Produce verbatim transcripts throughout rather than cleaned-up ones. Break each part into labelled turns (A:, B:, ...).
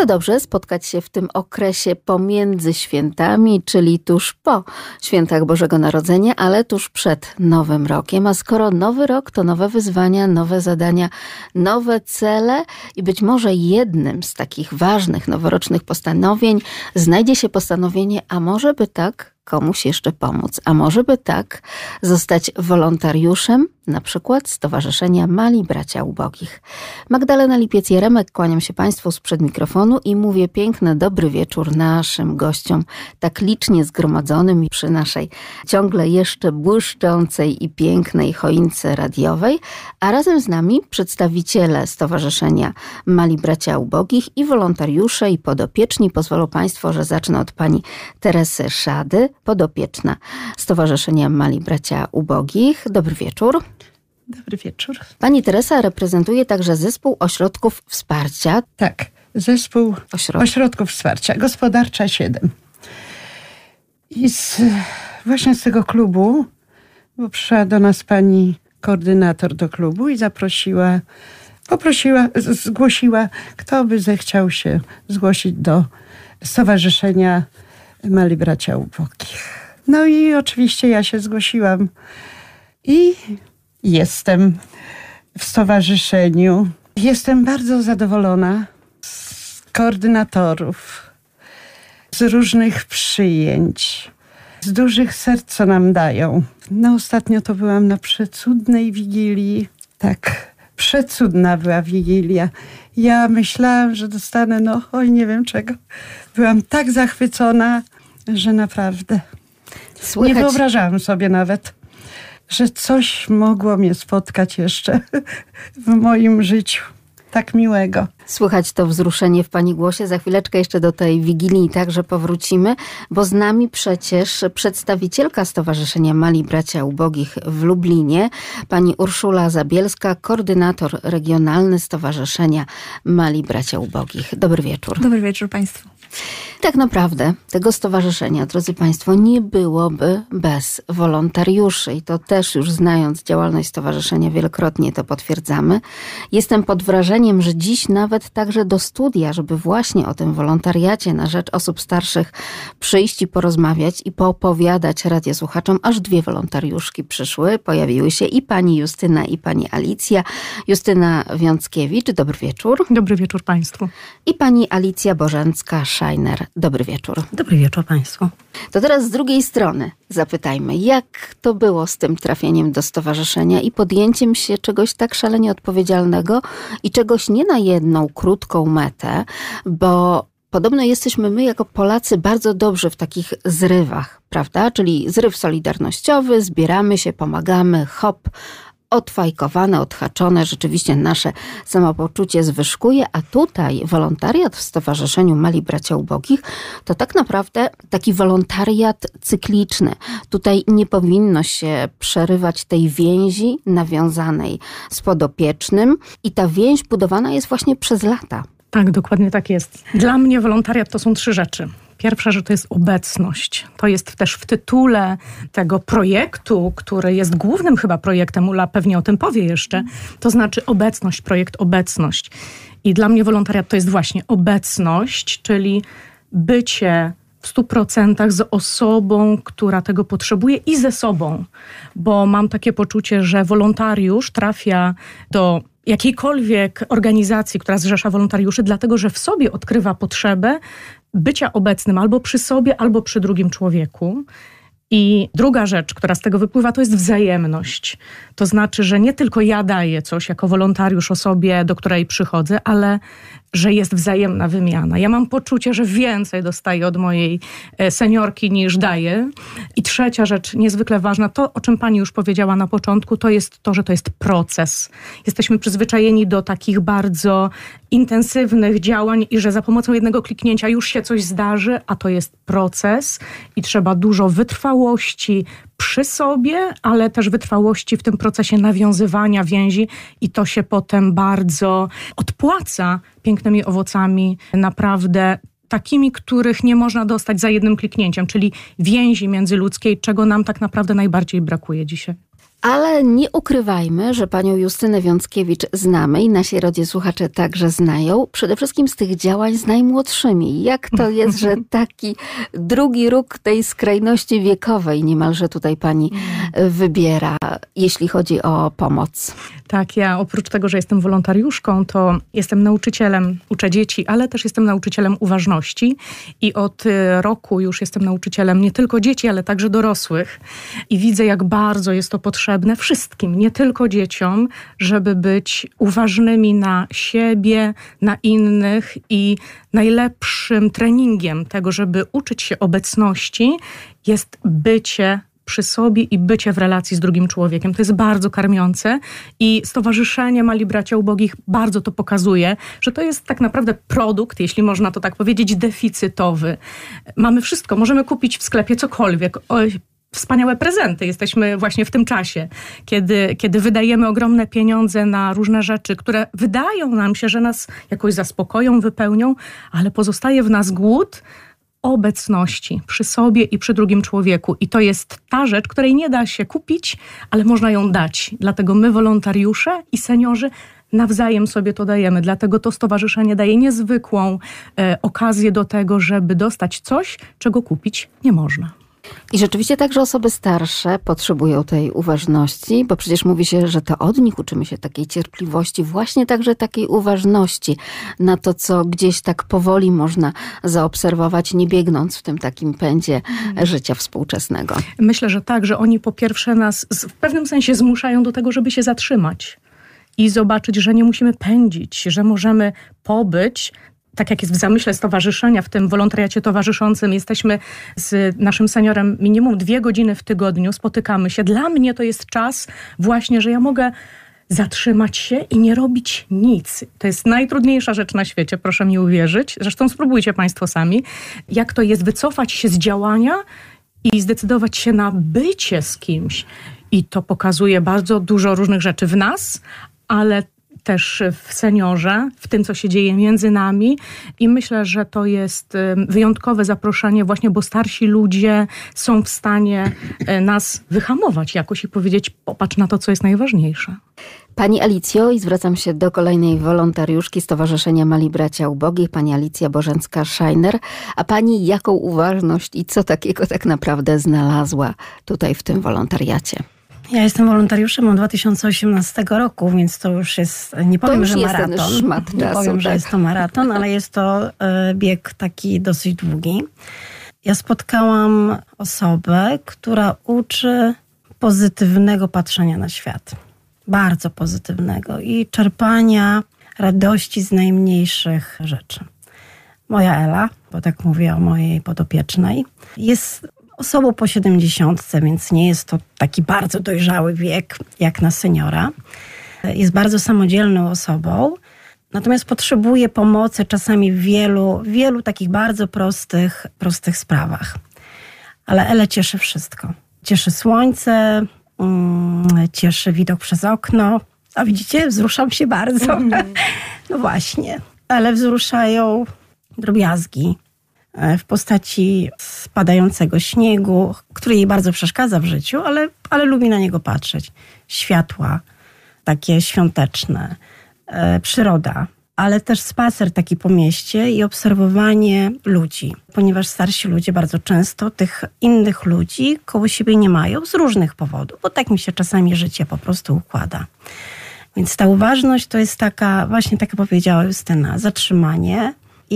A: To dobrze spotkać się w tym okresie pomiędzy świętami, czyli tuż po świętach Bożego Narodzenia, ale tuż przed Nowym Rokiem. A skoro Nowy Rok, to nowe wyzwania, nowe zadania, nowe cele i być może jednym z takich ważnych noworocznych postanowień znajdzie się postanowienie, a może by tak komuś jeszcze pomóc, a może by tak zostać wolontariuszem, na przykład Stowarzyszenia Mali Bracia Ubogich. Magdalena Lipiec-Jeremek, kłaniam się Państwu sprzed mikrofonu i mówię piękny dobry wieczór naszym gościom, tak licznie zgromadzonym przy naszej ciągle jeszcze błyszczącej i pięknej choince radiowej, a razem z nami przedstawiciele Stowarzyszenia Mali Bracia Ubogich i wolontariusze i podopieczni. Pozwolą Państwo, że zacznę od pani Teresy Szady, podopieczna Stowarzyszenia Mali Bracia Ubogich. Dobry wieczór.
B: Dobry wieczór.
A: Pani Teresa reprezentuje także zespół ośrodków wsparcia.
B: Tak, zespół
A: Ośrodków,
B: ośrodków wsparcia, Gospodarcza siedem. I z, właśnie z tego klubu, bo przyszła do nas pani koordynator do klubu i zaprosiła, poprosiła, zgłosiła, kto by zechciał się zgłosić do Stowarzyszenia Mali Bracia Ubogich. No i oczywiście ja się zgłosiłam i jestem w stowarzyszeniu. Jestem bardzo zadowolona z koordynatorów, z różnych przyjęć, z dużych serc, co nam dają. No ostatnio to byłam na przecudnej wigilii. Tak, przecudna była wigilia. Ja myślałam, że dostanę, no oj, nie wiem czego. Byłam tak zachwycona, że naprawdę
A: Słychać...
B: nie wyobrażałam sobie nawet, że coś mogło mnie spotkać jeszcze w moim życiu. Tak miłego.
A: Słychać to wzruszenie w pani głosie. Za chwileczkę jeszcze do tej wigilii także powrócimy, bo z nami przecież przedstawicielka Stowarzyszenia Mali Bracia Ubogich w Lublinie, pani Urszula Zabielska, koordynator regionalny Stowarzyszenia Mali Bracia Ubogich. Dobry wieczór.
C: Dobry wieczór Państwu.
A: Tak naprawdę tego stowarzyszenia, drodzy Państwo, nie byłoby bez wolontariuszy i to też już znając działalność stowarzyszenia wielokrotnie to potwierdzamy. Jestem pod wrażeniem, że dziś nawet także do studia, żeby właśnie o tym wolontariacie na rzecz osób starszych przyjść i porozmawiać i poopowiadać radiosłuchaczom, aż dwie wolontariuszki przyszły, pojawiły się i pani Justyna i pani Alicja. Justyna Wiąckiewicz, dobry wieczór.
C: Dobry wieczór Państwu.
A: I pani Alicja Bożencka-Szajner. Dobry wieczór.
C: Dobry wieczór Państwu.
A: To teraz z drugiej strony zapytajmy, jak to było z tym trafieniem do stowarzyszenia i podjęciem się czegoś tak szalenie odpowiedzialnego i czegoś nie na jedną krótką metę, bo podobno jesteśmy my jako Polacy bardzo dobrzy w takich zrywach, prawda? Czyli zryw solidarnościowy, zbieramy się, pomagamy, hop, odfajkowane, odhaczone, rzeczywiście nasze samopoczucie zwyżkuje, a tutaj wolontariat w Stowarzyszeniu Mali Bracia Ubogich to tak naprawdę taki wolontariat cykliczny. Tutaj nie powinno się przerywać tej więzi nawiązanej z podopiecznym i ta więź budowana jest właśnie przez lata.
D: Tak, dokładnie tak jest. Dla mnie wolontariat to są trzy rzeczy. Pierwsza rzecz to jest obecność. To jest też w tytule tego projektu, który jest głównym chyba projektem, Ula pewnie o tym powie jeszcze, to znaczy obecność, projekt obecność. I dla mnie wolontariat to jest właśnie obecność, czyli bycie w stu procentach z osobą, która tego potrzebuje i ze sobą. Bo mam takie poczucie, że wolontariusz trafia do jakiejkolwiek organizacji, która zrzesza wolontariuszy, dlatego że w sobie odkrywa potrzebę bycia obecnym albo przy sobie, albo przy drugim człowieku. I druga rzecz, która z tego wypływa, to jest wzajemność. To znaczy, że nie tylko ja daję coś jako wolontariusz osobie, do której przychodzę, ale że jest wzajemna wymiana. Ja mam poczucie, że więcej dostaję od mojej seniorki niż daję. I trzecia rzecz, niezwykle ważna, to o czym pani już powiedziała na początku, to jest to, że to jest proces. Jesteśmy przyzwyczajeni do takich bardzo intensywnych działań i że za pomocą jednego kliknięcia już się coś zdarzy, a to jest proces i trzeba dużo wytrwałości przy sobie, ale też wytrwałości w tym procesie nawiązywania więzi i to się potem bardzo odpłaca pięknymi owocami, naprawdę takimi, których nie można dostać za jednym kliknięciem, czyli więzi międzyludzkiej, czego nam tak naprawdę najbardziej brakuje dzisiaj.
A: Ale nie ukrywajmy, że panią Justynę Wiąckiewicz znamy i nasi radiosłuchacze także znają. Przede wszystkim z tych działań z najmłodszymi. Jak to jest, że taki drugi róg tej skrajności wiekowej niemalże tutaj pani wybiera, jeśli chodzi o pomoc?
D: Tak, ja oprócz tego, że jestem wolontariuszką, to jestem nauczycielem, uczę dzieci, ale też jestem nauczycielem uważności i od roku już jestem nauczycielem nie tylko dzieci, ale także dorosłych i widzę, jak bardzo jest to potrzebne wszystkim, nie tylko dzieciom, żeby być uważnymi na siebie, na innych i najlepszym treningiem tego, żeby uczyć się obecności, jest bycie przy sobie i bycie w relacji z drugim człowiekiem. To jest bardzo karmiące i Stowarzyszenie Mali Bracia Ubogich bardzo to pokazuje, że to jest tak naprawdę produkt, jeśli można to tak powiedzieć, deficytowy. Mamy wszystko, możemy kupić w sklepie cokolwiek. Oj, wspaniałe prezenty. Jesteśmy właśnie w tym czasie, kiedy, kiedy wydajemy ogromne pieniądze na różne rzeczy, które wydają nam się, że nas jakoś zaspokoją, wypełnią, ale pozostaje w nas głód obecności przy sobie i przy drugim człowieku. I to jest ta rzecz, której nie da się kupić, ale można ją dać. Dlatego my, wolontariusze i seniorzy, nawzajem sobie to dajemy. Dlatego to stowarzyszenie daje niezwykłą e, okazję do tego, żeby dostać coś, czego kupić nie można.
A: I rzeczywiście także osoby starsze potrzebują tej uważności, bo przecież mówi się, że to od nich uczymy się takiej cierpliwości, właśnie także takiej uważności na to, co gdzieś tak powoli można zaobserwować, nie biegnąc w tym takim pędzie życia współczesnego.
D: Myślę, że tak, że oni po pierwsze nas w pewnym sensie zmuszają do tego, żeby się zatrzymać i zobaczyć, że nie musimy pędzić, że możemy pobyć. Tak jak jest w zamyśle stowarzyszenia, w tym wolontariacie towarzyszącym, jesteśmy z naszym seniorem minimum dwie godziny w tygodniu, spotykamy się. Dla mnie to jest czas właśnie, że ja mogę zatrzymać się i nie robić nic. To jest najtrudniejsza rzecz na świecie, proszę mi uwierzyć. Zresztą spróbujcie państwo sami, jak to jest wycofać się z działania i zdecydować się na bycie z kimś. I to pokazuje bardzo dużo różnych rzeczy w nas, ale też w seniorze, w tym, co się dzieje między nami i myślę, że to jest wyjątkowe zaproszenie właśnie, bo starsi ludzie są w stanie nas wyhamować jakoś i powiedzieć, popatrz na to, co jest najważniejsze.
A: Pani Alicjo, i zwracam się do kolejnej wolontariuszki Stowarzyszenia Mali Bracia Ubogich, pani Alicja Bożencka-Szajner. A pani jaką uważność i co takiego tak naprawdę znalazła tutaj w tym wolontariacie?
C: Ja jestem wolontariuszem od dwa tysiące osiemnastego roku, więc to już jest, nie powiem,
A: to
C: że
A: jest
C: maraton.
A: Ten szmat
C: nie
A: czasu,
C: powiem,
A: tak.
C: że jest to maraton, ale jest to bieg taki dosyć długi. Ja spotkałam osobę, która uczy pozytywnego patrzenia na świat. Bardzo pozytywnego i czerpania radości z najmniejszych rzeczy. Moja Ela, bo tak mówię o mojej podopiecznej, jest osobą po siedemdziesiątce, więc nie jest to taki bardzo dojrzały wiek jak na seniora. Jest bardzo samodzielną osobą, natomiast potrzebuje pomocy czasami w wielu, wielu takich bardzo prostych, prostych sprawach. Ale Elę cieszy wszystko. Cieszy słońce, mm, cieszy widok przez okno. A widzicie, wzruszam się bardzo. No właśnie. Ale wzruszają drobiazgi w postaci spadającego śniegu, który jej bardzo przeszkadza w życiu, ale, ale lubi na niego patrzeć. Światła, takie świąteczne, e, przyroda, ale też spacer taki po mieście i obserwowanie ludzi. Ponieważ starsi ludzie bardzo często tych innych ludzi koło siebie nie mają z różnych powodów, bo tak mi się czasami życie po prostu układa. Więc ta uważność to jest taka, właśnie tak jak powiedziała Justyna, zatrzymanie.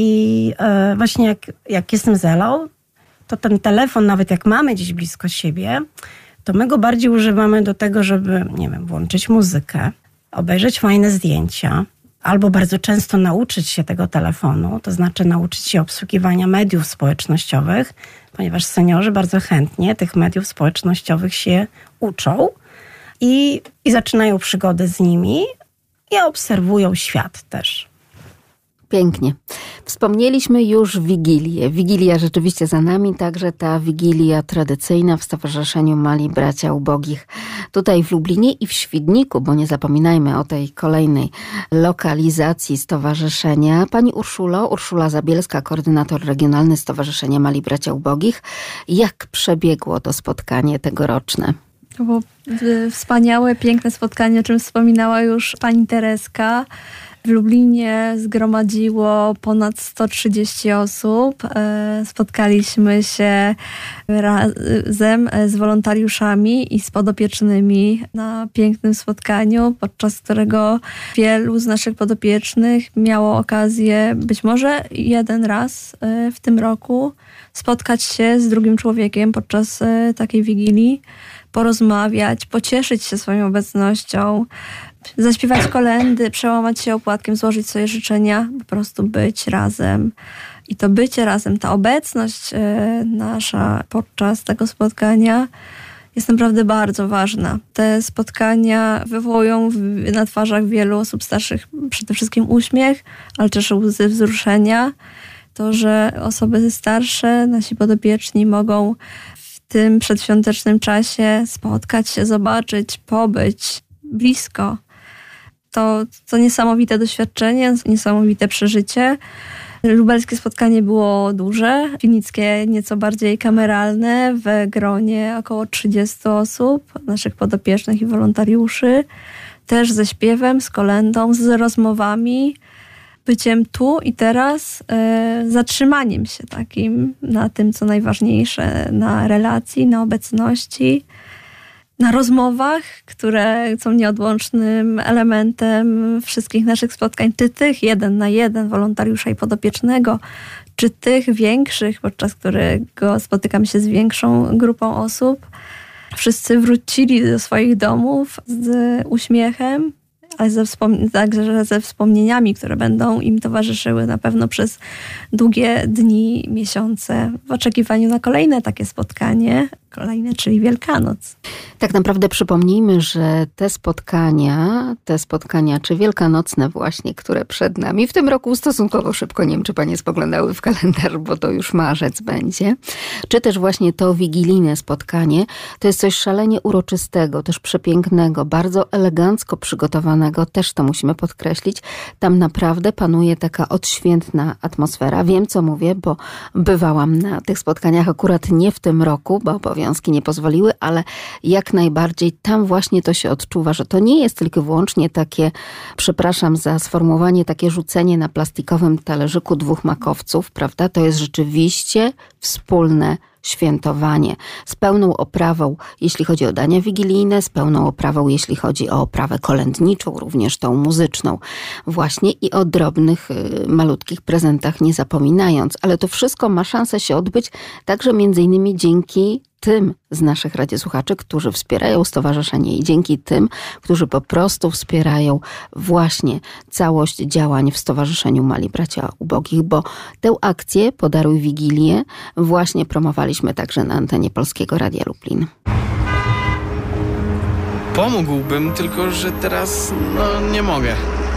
C: I e, właśnie jak, jak jestem z Elą, to ten telefon, nawet jak mamy gdzieś blisko siebie, to my go bardziej używamy do tego, żeby, nie wiem, włączyć muzykę, obejrzeć fajne zdjęcia, albo bardzo często nauczyć się tego telefonu, to znaczy nauczyć się obsługiwania mediów społecznościowych, ponieważ seniorzy bardzo chętnie tych mediów społecznościowych się uczą i, i zaczynają przygodę z nimi i obserwują świat też.
A: Pięknie. Wspomnieliśmy już Wigilię. Wigilia rzeczywiście za nami, także ta Wigilia tradycyjna w Stowarzyszeniu Mali Bracia Ubogich tutaj w Lublinie i w Świdniku, bo nie zapominajmy o tej kolejnej lokalizacji stowarzyszenia. Pani Urszulo, Urszula Zabielska, koordynator regionalny Stowarzyszenia Mali Bracia Ubogich. Jak przebiegło to spotkanie tegoroczne?
E: To było wspaniałe, piękne spotkanie, o czym wspominała już pani Tereska. W Lublinie zgromadziło ponad sto trzydzieści osób. Spotkaliśmy się razem z wolontariuszami i z podopiecznymi na pięknym spotkaniu, podczas którego wielu z naszych podopiecznych miało okazję być może jeden raz w tym roku spotkać się z drugim człowiekiem podczas takiej wigilii, porozmawiać, pocieszyć się swoją obecnością, zaśpiewać kolędy, przełamać się opłatkiem, złożyć sobie życzenia, po prostu być razem. I to bycie razem, ta obecność nasza podczas tego spotkania jest naprawdę bardzo ważna. Te spotkania wywołują na twarzach wielu osób starszych przede wszystkim uśmiech, ale też łzy wzruszenia. To, że osoby starsze, nasi podopieczni mogą w tym przedświątecznym czasie spotkać się, zobaczyć, pobyć blisko. To, to niesamowite doświadczenie, niesamowite przeżycie. Lubelskie spotkanie było duże, Winickie nieco bardziej kameralne, w gronie około trzydziestu osób, naszych podopiecznych i wolontariuszy. Też ze śpiewem, z kolędą, z rozmowami, byciem tu i teraz, y, zatrzymaniem się takim na tym, co najważniejsze, na relacji, na obecności, na rozmowach, które są nieodłącznym elementem wszystkich naszych spotkań, czy tych jeden na jeden wolontariusza i podopiecznego, czy tych większych, podczas którego spotykam się z większą grupą osób. Wszyscy wrócili do swoich domów z uśmiechem, ale ze wspom- także ze wspomnieniami, które będą im towarzyszyły na pewno przez długie dni, miesiące, w oczekiwaniu na kolejne takie spotkanie, kolejne, czyli Wielkanoc.
A: Tak naprawdę przypomnijmy, że te spotkania, te spotkania, czy wielkanocne właśnie, które przed nami, w tym roku stosunkowo szybko, nie wiem, czy panie spoglądały w kalendarz, bo to już marzec będzie, czy też właśnie to wigilijne spotkanie, to jest coś szalenie uroczystego, też przepięknego, bardzo elegancko przygotowanego, też to musimy podkreślić. Tam naprawdę panuje taka odświętna atmosfera. Wiem, co mówię, bo bywałam na tych spotkaniach akurat nie w tym roku, bo obowiązki nie pozwoliły, ale jak najbardziej tam właśnie to się odczuwa, że to nie jest tylko wyłącznie takie, przepraszam za sformułowanie, takie rzucenie na plastikowym talerzyku dwóch makowców, prawda? To jest rzeczywiście wspólne świętowanie z pełną oprawą, jeśli chodzi o dania wigilijne, z pełną oprawą, jeśli chodzi o oprawę kolędniczą, również tą muzyczną właśnie, i o drobnych, malutkich prezentach nie zapominając. Ale to wszystko ma szansę się odbyć także między innymi dzięki tym z naszych radiosłuchaczy, którzy wspierają stowarzyszenie, i dzięki tym, którzy po prostu wspierają właśnie całość działań w Stowarzyszeniu Mali Bracia Ubogich, bo tę akcję Podaruj Wigilię właśnie promowaliśmy także na antenie Polskiego Radia Lublin.
F: Pomógłbym, tylko że teraz no nie mogę.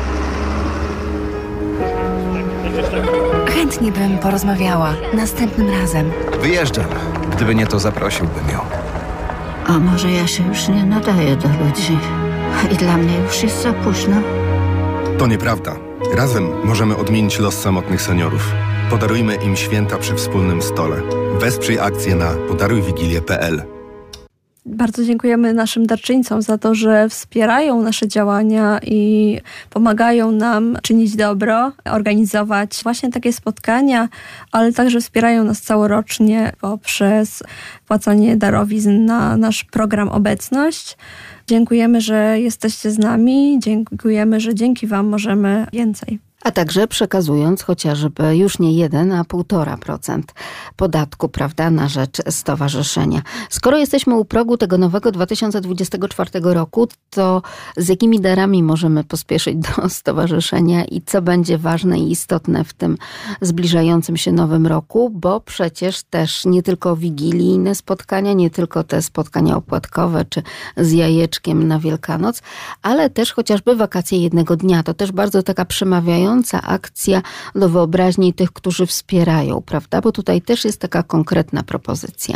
G: Chętnie bym porozmawiała. Następnym razem.
H: Wyjeżdżam. Gdyby nie, to zaprosiłbym ją.
I: A może ja się już nie nadaję do ludzi i dla mnie już jest za późno?
J: To nieprawda. Razem możemy odmienić los samotnych seniorów. Podarujmy im święta przy wspólnym stole. Wesprzyj akcję na podaruj wigilię kropka p l.
E: Bardzo dziękujemy naszym darczyńcom za to, że wspierają nasze działania i pomagają nam czynić dobro, organizować właśnie takie spotkania, ale także wspierają nas całorocznie poprzez płacenie darowizn na nasz program Obecność. Dziękujemy, że jesteście z nami, dziękujemy, że dzięki wam możemy więcej.
A: A także przekazując chociażby już nie jeden, a półtora procent podatku, prawda, na rzecz stowarzyszenia. Skoro jesteśmy u progu tego nowego dwa tysiące dwudziestego czwartego roku, to z jakimi darami możemy pospieszyć do stowarzyszenia i co będzie ważne i istotne w tym zbliżającym się nowym roku, bo przecież też nie tylko wigilijne spotkania, nie tylko te spotkania opłatkowe czy z jajeczkiem na Wielkanoc, ale też chociażby wakacje jednego dnia. To też bardzo taka przemawiająca akcja do wyobraźni tych, którzy wspierają, prawda? Bo tutaj też jest taka konkretna propozycja.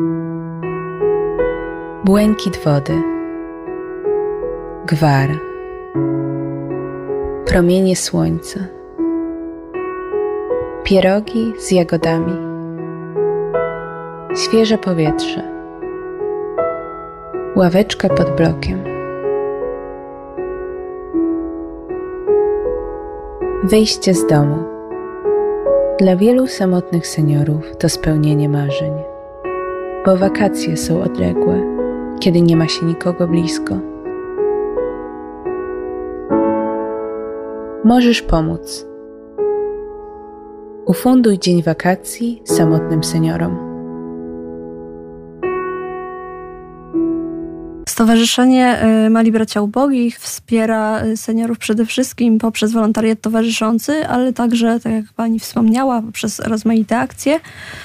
K: Błękit wody, gwar, promienie słońca, pierogi z jagodami, świeże powietrze, Ławeczka pod blokiem. Wyjście z domu. Dla wielu samotnych seniorów to spełnienie marzeń, bo wakacje są odległe, kiedy nie ma się nikogo blisko. Możesz pomóc. Ufunduj dzień wakacji samotnym seniorom.
E: Stowarzyszenie Mali Bracia Ubogich wspiera seniorów przede wszystkim poprzez wolontariat towarzyszący, ale także, tak jak pani wspomniała, poprzez rozmaite akcje.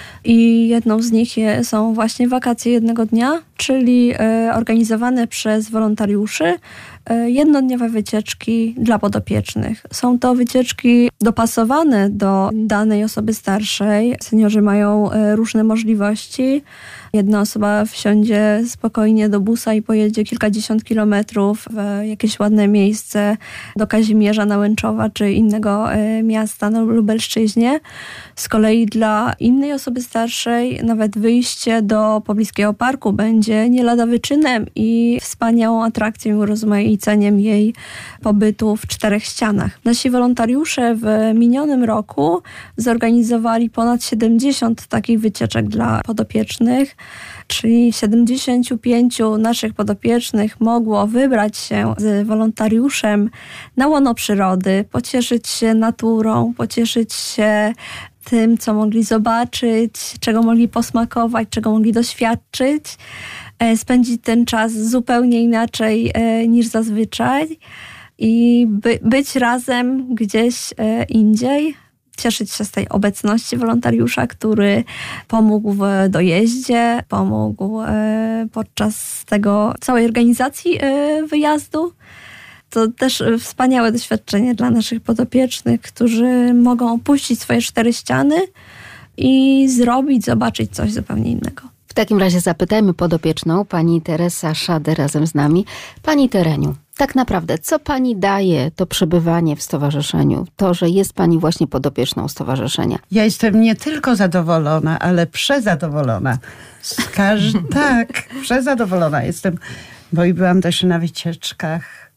E: I jedną z nich są właśnie wakacje jednego dnia, czyli organizowane przez wolontariuszy jednodniowe wycieczki dla podopiecznych. Są to wycieczki dopasowane do danej osoby starszej. Seniorzy mają różne możliwości. Jedna osoba wsiądzie spokojnie do busa i pojedzie kilkadziesiąt kilometrów w jakieś ładne miejsce do Kazimierza, Nałęczowa czy innego miasta na Lubelszczyźnie. Z kolei dla innej osoby starszej nawet wyjście do pobliskiego parku będzie nie lada wyczynem i wspaniałą atrakcją i urozmaiceniem jej pobytu w czterech ścianach. Nasi wolontariusze w minionym roku zorganizowali ponad siedemdziesiąt takich wycieczek dla podopiecznych, czyli siedemdziesięciu pięciu naszych podopiecznych mogło wybrać się z wolontariuszem na łono przyrody, pocieszyć się naturą, pocieszyć się tym, co mogli zobaczyć, czego mogli posmakować, czego mogli doświadczyć, spędzić ten czas zupełnie inaczej niż zazwyczaj i by, być razem gdzieś indziej. Cieszyć się z tej obecności wolontariusza, który pomógł w dojeździe, pomógł podczas tego całej organizacji wyjazdu. To też wspaniałe doświadczenie dla naszych podopiecznych, którzy mogą opuścić swoje cztery ściany i zrobić, zobaczyć coś zupełnie innego.
A: W takim razie zapytajmy podopieczną, pani Teresa Szadę razem z nami. Pani Tereniu, tak naprawdę, co pani daje to przebywanie w stowarzyszeniu? To, że jest pani właśnie podopieczną stowarzyszenia.
B: Ja jestem nie tylko zadowolona, ale przezadowolona. Z każ... tak, przezadowolona jestem, bo i byłam też na wycieczkach,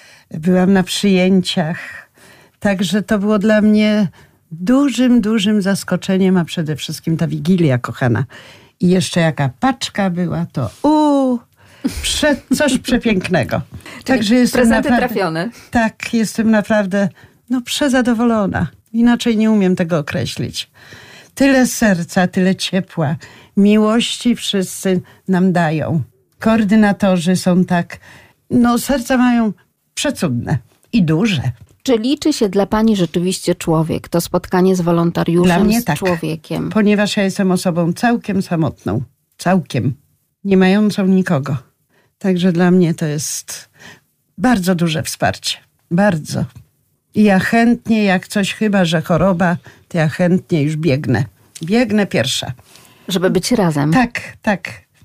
B: byłam na przyjęciach. Także to było dla mnie dużym, dużym zaskoczeniem, a przede wszystkim ta Wigilia kochana. I jeszcze jaka paczka była, to uuu, prze, coś przepięknego.
A: Także jestem prezenty naprawdę, trafione.
B: Tak, jestem naprawdę no, przezadowolona. Inaczej nie umiem tego określić. Tyle serca, tyle ciepła, miłości wszyscy nam dają. Koordynatorzy są tak, no serca mają przecudne i duże.
A: Czy liczy się dla pani rzeczywiście człowiek? To spotkanie z wolontariuszem,
B: dla mnie
A: z
B: tak,
A: człowiekiem?
B: Ponieważ ja jestem osobą całkiem samotną. Całkiem. Nie mającą nikogo. Także dla mnie to jest bardzo duże wsparcie. Bardzo. I ja chętnie, jak coś chyba, że choroba, to ja chętnie już biegnę. Biegnę pierwsza.
A: Żeby być razem?
B: Tak, tak.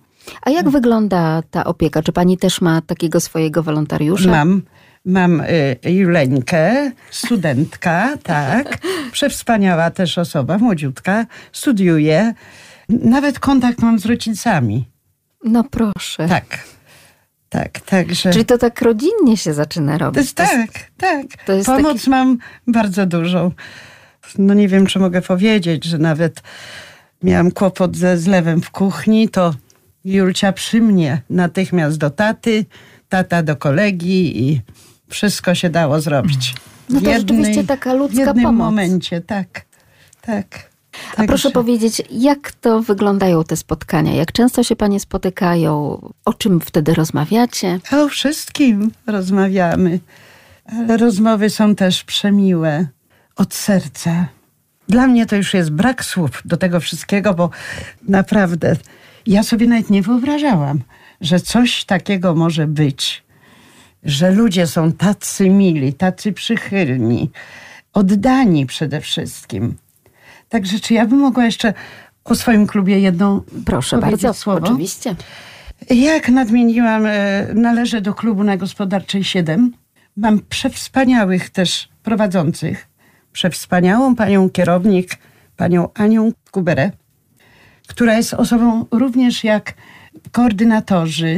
A: A jak wygląda ta opieka? Czy pani też ma takiego swojego wolontariusza?
B: Mam. Mam y, Juleńkę, studentka, tak. Przewspaniała też osoba, młodziutka. Studiuje. Nawet kontakt mam z rodzicami.
A: No proszę.
B: Tak. Tak, także...
A: Czyli to tak rodzinnie się zaczyna robić.
B: To jest, tak, jest, tak. To jest Pomoc taki... mam bardzo dużą. No nie wiem, czy mogę powiedzieć, że nawet miałam kłopot ze zlewem w kuchni, to Julcia przy mnie natychmiast do taty, tata do kolegi i wszystko się dało zrobić.
A: No to jednej, rzeczywiście taka ludzka pomoc.
B: W jednym momencie, tak, tak.
A: A tak, proszę że... powiedzieć, jak to wyglądają te spotkania? Jak często się panie spotykają? O czym wtedy rozmawiacie?
B: A o wszystkim rozmawiamy. Ale rozmowy są też przemiłe. Od serca. Dla mnie to już jest brak słów do tego wszystkiego, bo naprawdę ja sobie nawet nie wyobrażałam, że coś takiego może być. Że ludzie są tacy mili, tacy przychylni, oddani przede wszystkim. Także czy ja bym mogła jeszcze o swoim klubie jedną
A: Proszę bardzo,
B: słowo?
A: Oczywiście.
B: Jak nadmieniłam, należę do klubu na Gospodarczej siedem. Mam przewspaniałych też prowadzących. Przewspaniałą panią kierownik, panią Anią Kuberę, która jest osobą również jak koordynatorzy,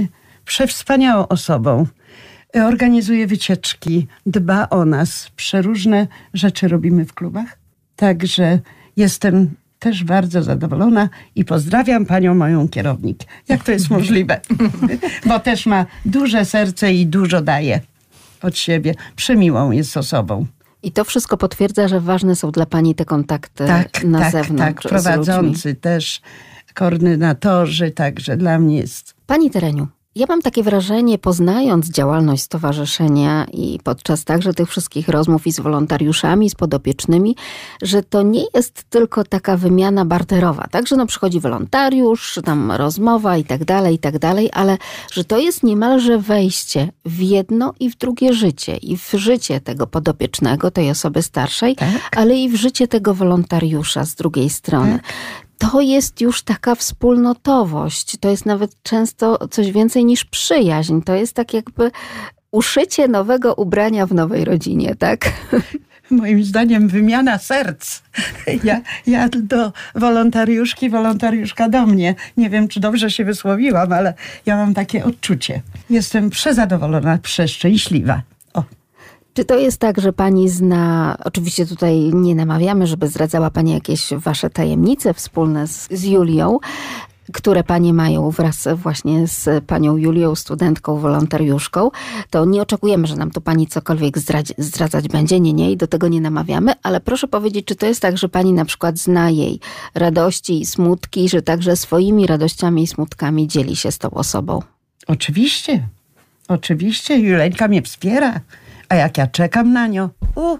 B: przewspaniałą osobą. Organizuje wycieczki, dba o nas. Przeróżne rzeczy robimy w klubach. Także jestem też bardzo zadowolona i pozdrawiam panią moją kierownik. Jak to jest możliwe? Bo też ma duże serce i dużo daje od siebie. Przemiłą jest osobą.
A: I to wszystko potwierdza, że ważne są dla pani te kontakty
B: tak,
A: na
B: tak,
A: zewnątrz.
B: Tak, prowadzący też, koordynatorzy, także dla mnie jest.
A: Pani Tereniu, ja mam takie wrażenie, poznając działalność stowarzyszenia i podczas także tych wszystkich rozmów i z wolontariuszami, z podopiecznymi, że to nie jest tylko taka wymiana barterowa, tak, że no przychodzi wolontariusz, tam rozmowa i tak dalej, i tak dalej, ale że to jest niemalże wejście w jedno i w drugie życie, i w życie tego podopiecznego, tej osoby starszej, tak, ale i w życie tego wolontariusza z drugiej strony. Tak. To jest już taka wspólnotowość. To jest nawet często coś więcej niż przyjaźń. To jest tak jakby uszycie nowego ubrania w nowej rodzinie, tak?
B: Moim zdaniem wymiana serc. Ja, ja do wolontariuszki, wolontariuszka do mnie. Nie wiem, czy dobrze się wysłowiłam, ale ja mam takie odczucie. Jestem przezadowolona, przeszczęśliwa. O.
A: Czy to jest tak, że pani zna, oczywiście tutaj nie namawiamy, żeby zdradzała pani jakieś wasze tajemnice wspólne z, z Julią, które panie mają wraz właśnie z panią Julią, studentką, wolontariuszką, to nie oczekujemy, że nam tu pani cokolwiek zdradzi, zdradzać będzie. Nie, nie, i do tego nie namawiamy, ale proszę powiedzieć, czy to jest tak, że pani na przykład zna jej radości i smutki, że także swoimi radościami i smutkami dzieli się z tą osobą?
B: Oczywiście, oczywiście. Juleńka mnie wspiera. A jak ja czekam na nią, u,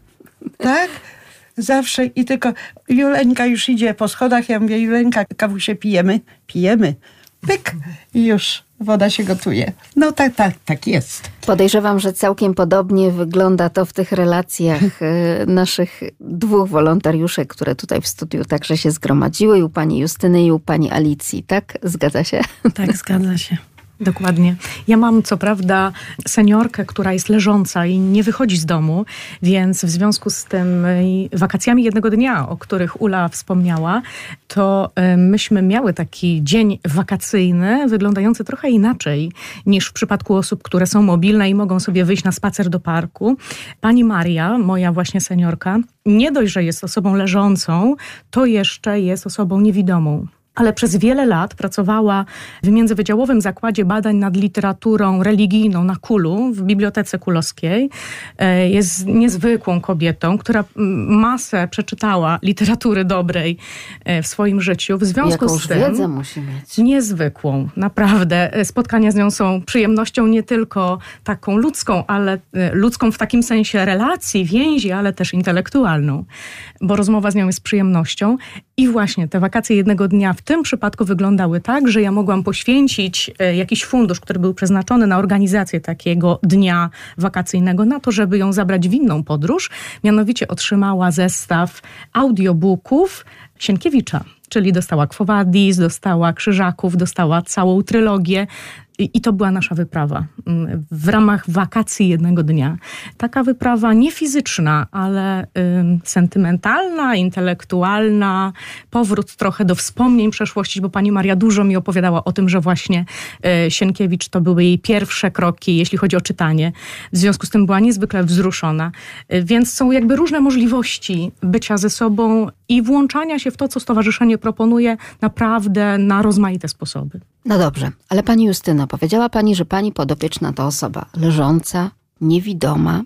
B: tak, zawsze i tylko Juleńka już idzie po schodach, ja mówię, Juleńka, kawusie pijemy? Pijemy. Pyk i już woda się gotuje. No tak, tak, tak jest.
A: Podejrzewam, że całkiem podobnie wygląda to w tych relacjach naszych dwóch wolontariuszek, które tutaj w studiu także się zgromadziły, i u pani Justyny, i u pani Alicji, tak? Zgadza się?
C: Tak, zgadza się.
D: Dokładnie. Ja mam co prawda seniorkę, która jest leżąca i nie wychodzi z domu, więc w związku z tym wakacjami jednego dnia, o których Ula wspomniała, to myśmy miały taki dzień wakacyjny wyglądający trochę inaczej niż w przypadku osób, które są mobilne i mogą sobie wyjść na spacer do parku. Pani Maria, moja właśnie seniorka, nie dość, że jest osobą leżącą, to jeszcze jest osobą niewidomą. Ale przez wiele lat pracowała w Międzywydziałowym Zakładzie Badań nad Literaturą Religijną na Kulu, w Bibliotece Kulowskiej. Jest niezwykłą kobietą, która masę przeczytała literatury dobrej w swoim życiu. W związku
A: Jakąś
D: z tym
A: wiedzę musi mieć.
D: Niezwykłą, naprawdę. Spotkania z nią są przyjemnością nie tylko taką ludzką, ale ludzką w takim sensie relacji, więzi, ale też intelektualną, bo rozmowa z nią jest przyjemnością. I właśnie te wakacje jednego dnia w tym przypadku wyglądały tak, że ja mogłam poświęcić jakiś fundusz, który był przeznaczony na organizację takiego dnia wakacyjnego, na to, żeby ją zabrać w inną podróż. Mianowicie otrzymała zestaw audiobooków Sienkiewicza, czyli dostała Quo Vadis, dostała Krzyżaków, dostała całą trylogię. I to była nasza wyprawa w ramach wakacji jednego dnia. Taka wyprawa nie fizyczna, ale y, sentymentalna, intelektualna, powrót trochę do wspomnień przeszłości, bo pani Maria dużo mi opowiadała o tym, że właśnie y, Sienkiewicz to były jej pierwsze kroki, jeśli chodzi o czytanie. W związku z tym była niezwykle wzruszona. Y, więc są jakby różne możliwości bycia ze sobą i włączania się w to, co stowarzyszenie proponuje, naprawdę na rozmaite sposoby.
A: No dobrze, ale pani Justyno, powiedziała pani, że pani podopieczna to osoba leżąca, niewidoma.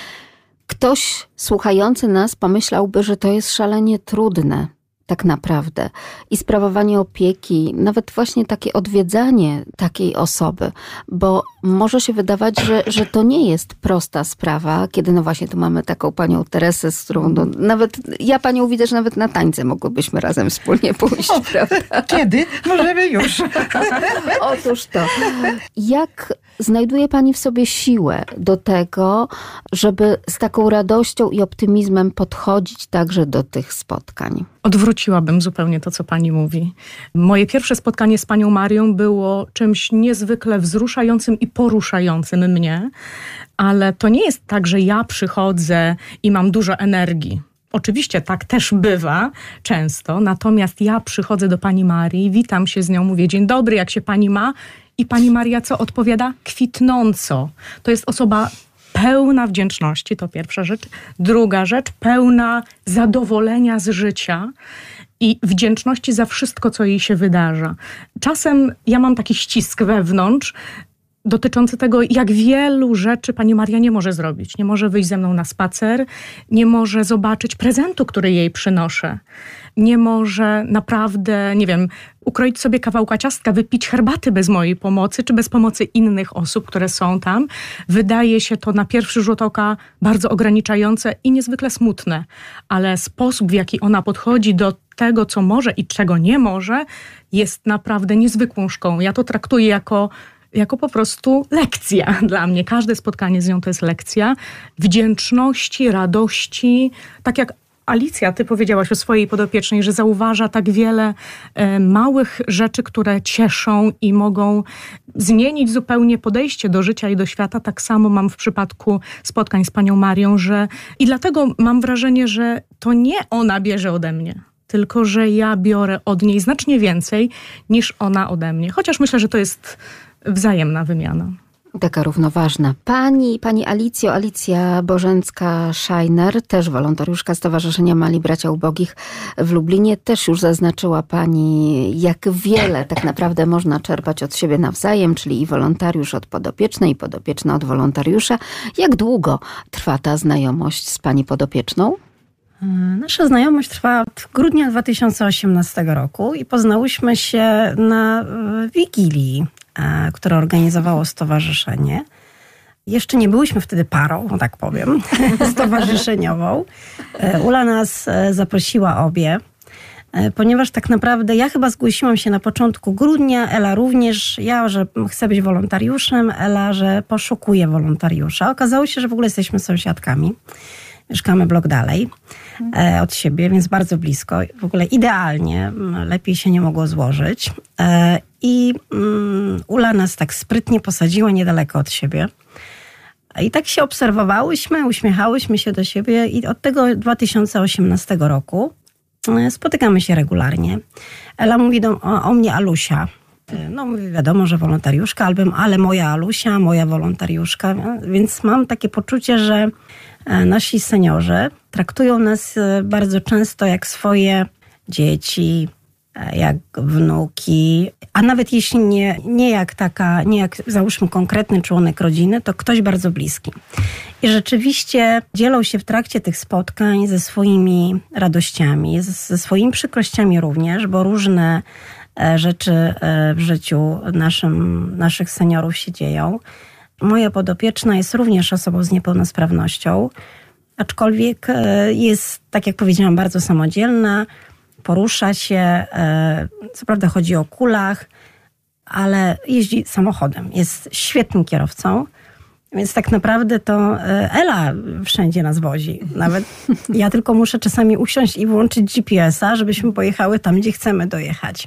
A: Ktoś słuchający nas pomyślałby, że to jest szalenie trudne tak naprawdę. I sprawowanie opieki, nawet właśnie takie odwiedzanie takiej osoby, bo może się wydawać, że, że to nie jest prosta sprawa, kiedy no właśnie tu mamy taką panią Teresę, z którą no, nawet ja panią widzę, że nawet na tańce mogłybyśmy razem wspólnie pójść, o, prawda?
B: Kiedy? Możemy już.
A: Otóż to. Jak znajduje pani w sobie siłę do tego, żeby z taką radością i optymizmem podchodzić także do tych spotkań?
D: Odwróciłabym zupełnie to, co pani mówi. Moje pierwsze spotkanie z panią Marią było czymś niezwykle wzruszającym i poruszającym mnie, ale to nie jest tak, że ja przychodzę i mam dużo energii. Oczywiście tak też bywa często, natomiast ja przychodzę do pani Marii, witam się z nią, mówię dzień dobry, jak się pani ma? I pani Maria co odpowiada? Kwitnąco. To jest osoba pełna wdzięczności, to pierwsza rzecz. Druga rzecz, pełna zadowolenia z życia i wdzięczności za wszystko, co jej się wydarza. Czasem ja mam taki ścisk wewnątrz, dotyczący tego, jak wielu rzeczy pani Maria nie może zrobić. Nie może wyjść ze mną na spacer, nie może zobaczyć prezentu, który jej przynoszę. Nie może naprawdę, nie wiem, ukroić sobie kawałka ciastka, wypić herbaty bez mojej pomocy, czy bez pomocy innych osób, które są tam. Wydaje się to na pierwszy rzut oka bardzo ograniczające i niezwykle smutne. Ale sposób, w jaki ona podchodzi do tego, co może i czego nie może, jest naprawdę niezwykłą szkołą. Ja to traktuję jako jako po prostu lekcja dla mnie. Każde spotkanie z nią to jest lekcja wdzięczności, radości. Tak jak Alicja, ty powiedziałaś o swojej podopiecznej, że zauważa tak wiele e, małych rzeczy, które cieszą i mogą zmienić zupełnie podejście do życia i do świata. Tak samo mam w przypadku spotkań z panią Marią, że i dlatego mam wrażenie, że to nie ona bierze ode mnie, tylko że ja biorę od niej znacznie więcej niż ona ode mnie. Chociaż myślę, że to jest wzajemna wymiana.
A: Taka równoważna. Pani, pani Alicjo, Alicja Bożencka-Szajner, też wolontariuszka Stowarzyszenia Mali Bracia Ubogich w Lublinie, też już zaznaczyła pani, jak wiele tak naprawdę można czerpać od siebie nawzajem, czyli i wolontariusz od podopiecznej, i podopieczna od wolontariusza. Jak długo trwa ta znajomość z pani podopieczną?
C: Nasza znajomość trwa od grudnia dwa tysiące osiemnastego roku i poznałyśmy się na Wigilii, które organizowało stowarzyszenie. Jeszcze nie byłyśmy wtedy parą, tak powiem, stowarzyszeniową. Ula nas zaprosiła obie, ponieważ tak naprawdę ja chyba zgłosiłam się na początku grudnia, Ela również, ja, że chcę być wolontariuszem, Ela, że poszukuje wolontariusza. Okazało się, że w ogóle jesteśmy sąsiadkami. Mieszkamy blok dalej e, od siebie, więc bardzo blisko. W ogóle idealnie, lepiej się nie mogło złożyć. E, I um, Ula nas tak sprytnie posadziła niedaleko od siebie. I tak się obserwowałyśmy, uśmiechałyśmy się do siebie i od tego dwa tysiące osiemnastego roku e, spotykamy się regularnie. Ela mówi do, o, o mnie Alusia. E, no mówi, wiadomo, że wolontariuszka, album, ale moja Alusia, moja wolontariuszka. Więc mam takie poczucie, że nasi seniorzy traktują nas bardzo często jak swoje dzieci, jak wnuki, a nawet jeśli nie, nie jak taka, nie jak załóżmy konkretny członek rodziny, to ktoś bardzo bliski. I rzeczywiście dzielą się w trakcie tych spotkań ze swoimi radościami, ze swoimi przykrościami również, bo różne rzeczy w życiu naszym, naszych seniorów się dzieją. Moja podopieczna jest również osobą z niepełnosprawnością, aczkolwiek jest, tak jak powiedziałam, bardzo samodzielna, porusza się, co prawda chodzi o kulach, ale jeździ samochodem, jest świetnym kierowcą, więc tak naprawdę to Ela wszędzie nas wozi. Nawet ja tylko muszę czasami usiąść i włączyć G P S a, żebyśmy pojechały tam, gdzie chcemy dojechać.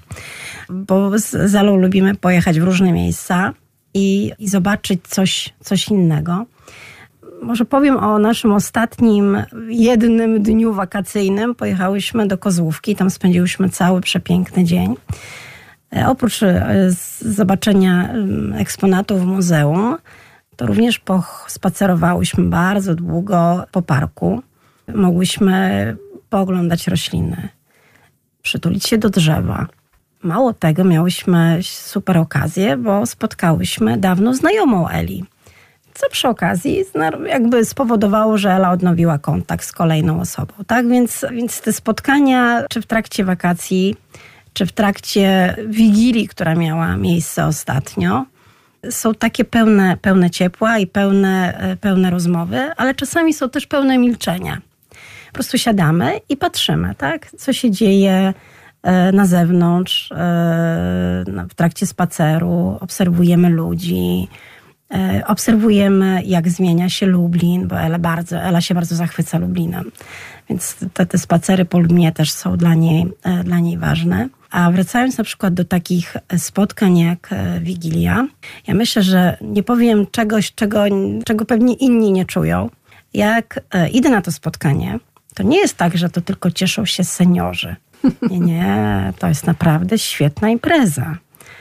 C: Bo z Zelą lubimy pojechać w różne miejsca i, i zobaczyć coś, coś innego. Może powiem o naszym ostatnim jednym dniu wakacyjnym. Pojechałyśmy do Kozłówki, tam spędziłyśmy cały przepiękny dzień. Oprócz zobaczenia eksponatów w muzeum, to również pospacerowałyśmy bardzo długo po parku. Mogłyśmy pooglądać rośliny, przytulić się do drzewa. Mało tego, miałyśmy super okazję, bo spotkałyśmy dawno znajomą Eli. Co przy okazji jakby spowodowało, że Ela odnowiła kontakt z kolejną osobą. Tak więc, więc te spotkania, czy w trakcie wakacji, czy w trakcie Wigilii, która miała miejsce ostatnio, są takie pełne, pełne ciepła i pełne, pełne rozmowy, ale czasami są też pełne milczenia. Po prostu siadamy i patrzymy, tak? Co się dzieje na zewnątrz, w trakcie spaceru, obserwujemy ludzi, obserwujemy, jak zmienia się Lublin, bo Ela, bardzo, Ela się bardzo zachwyca Lublinem. Więc te, te spacery po Lublinie też są dla niej, dla niej ważne. A wracając na przykład do takich spotkań jak Wigilia, ja myślę, że nie powiem czegoś, czego, czego pewnie inni nie czują. Jak idę na to spotkanie, to nie jest tak, że to tylko cieszą się seniorzy. Nie, nie, to jest naprawdę świetna impreza.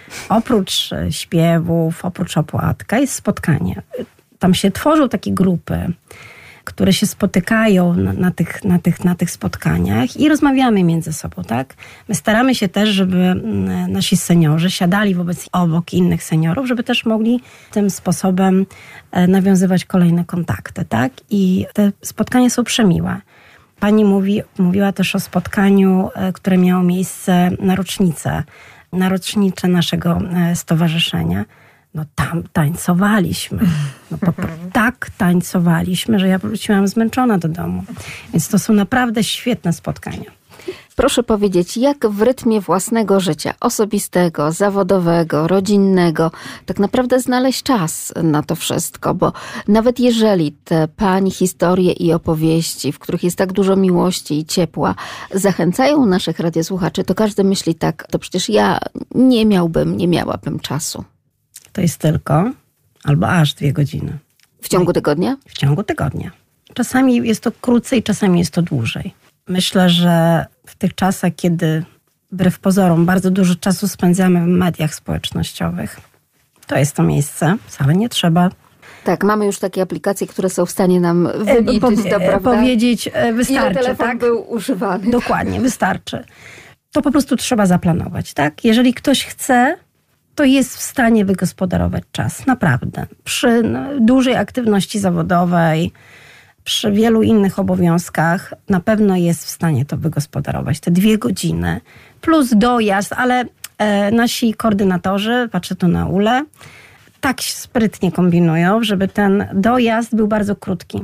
C: Oprócz śpiewów, oprócz opłatka jest spotkanie. Tam się tworzą takie grupy, które się spotykają na, na, tych, na, tych, na tych spotkaniach i rozmawiamy między sobą, tak? My staramy się też, żeby nasi seniorzy siadali wobec obok innych seniorów, żeby też mogli tym sposobem nawiązywać kolejne kontakty, tak? I te spotkania są przemiłe. Pani mówi, mówiła też o spotkaniu, które miało miejsce na rocznicę, na rocznicę naszego stowarzyszenia. No tam tańcowaliśmy. No po, tak tańcowaliśmy, że ja wróciłam zmęczona do domu. Więc to są naprawdę świetne spotkania.
A: Proszę powiedzieć, jak w rytmie własnego życia, osobistego, zawodowego, rodzinnego, tak naprawdę znaleźć czas na to wszystko, bo nawet jeżeli te pani historie i opowieści, w których jest tak dużo miłości i ciepła, zachęcają naszych radiosłuchaczy, to każdy myśli tak, to przecież ja nie miałbym, nie miałabym czasu.
C: To jest tylko albo aż dwie godziny.
A: W ciągu tygodnia?
C: W ciągu tygodnia. Czasami jest to krócej, czasami jest to dłużej. Myślę, że w tych czasach, kiedy wbrew pozorom bardzo dużo czasu spędzamy w mediach społecznościowych, to jest to miejsce, wcale nie trzeba.
A: Tak, mamy już takie aplikacje, które są w stanie nam wyliczyć
C: Powie-
A: to, prawda?
C: Powiedzieć, wystarczy.
A: Ile telefon
C: tak?
A: był używany.
C: Dokładnie, wystarczy. To po prostu trzeba zaplanować, tak? Jeżeli ktoś chce, to jest w stanie wygospodarować czas, naprawdę. Przy no, dużej aktywności zawodowej, przy wielu innych obowiązkach na pewno jest w stanie to wygospodarować. Te dwie godziny plus dojazd, ale e, nasi koordynatorzy, patrzę tu na Ulę, tak sprytnie kombinują, żeby ten dojazd był bardzo krótki.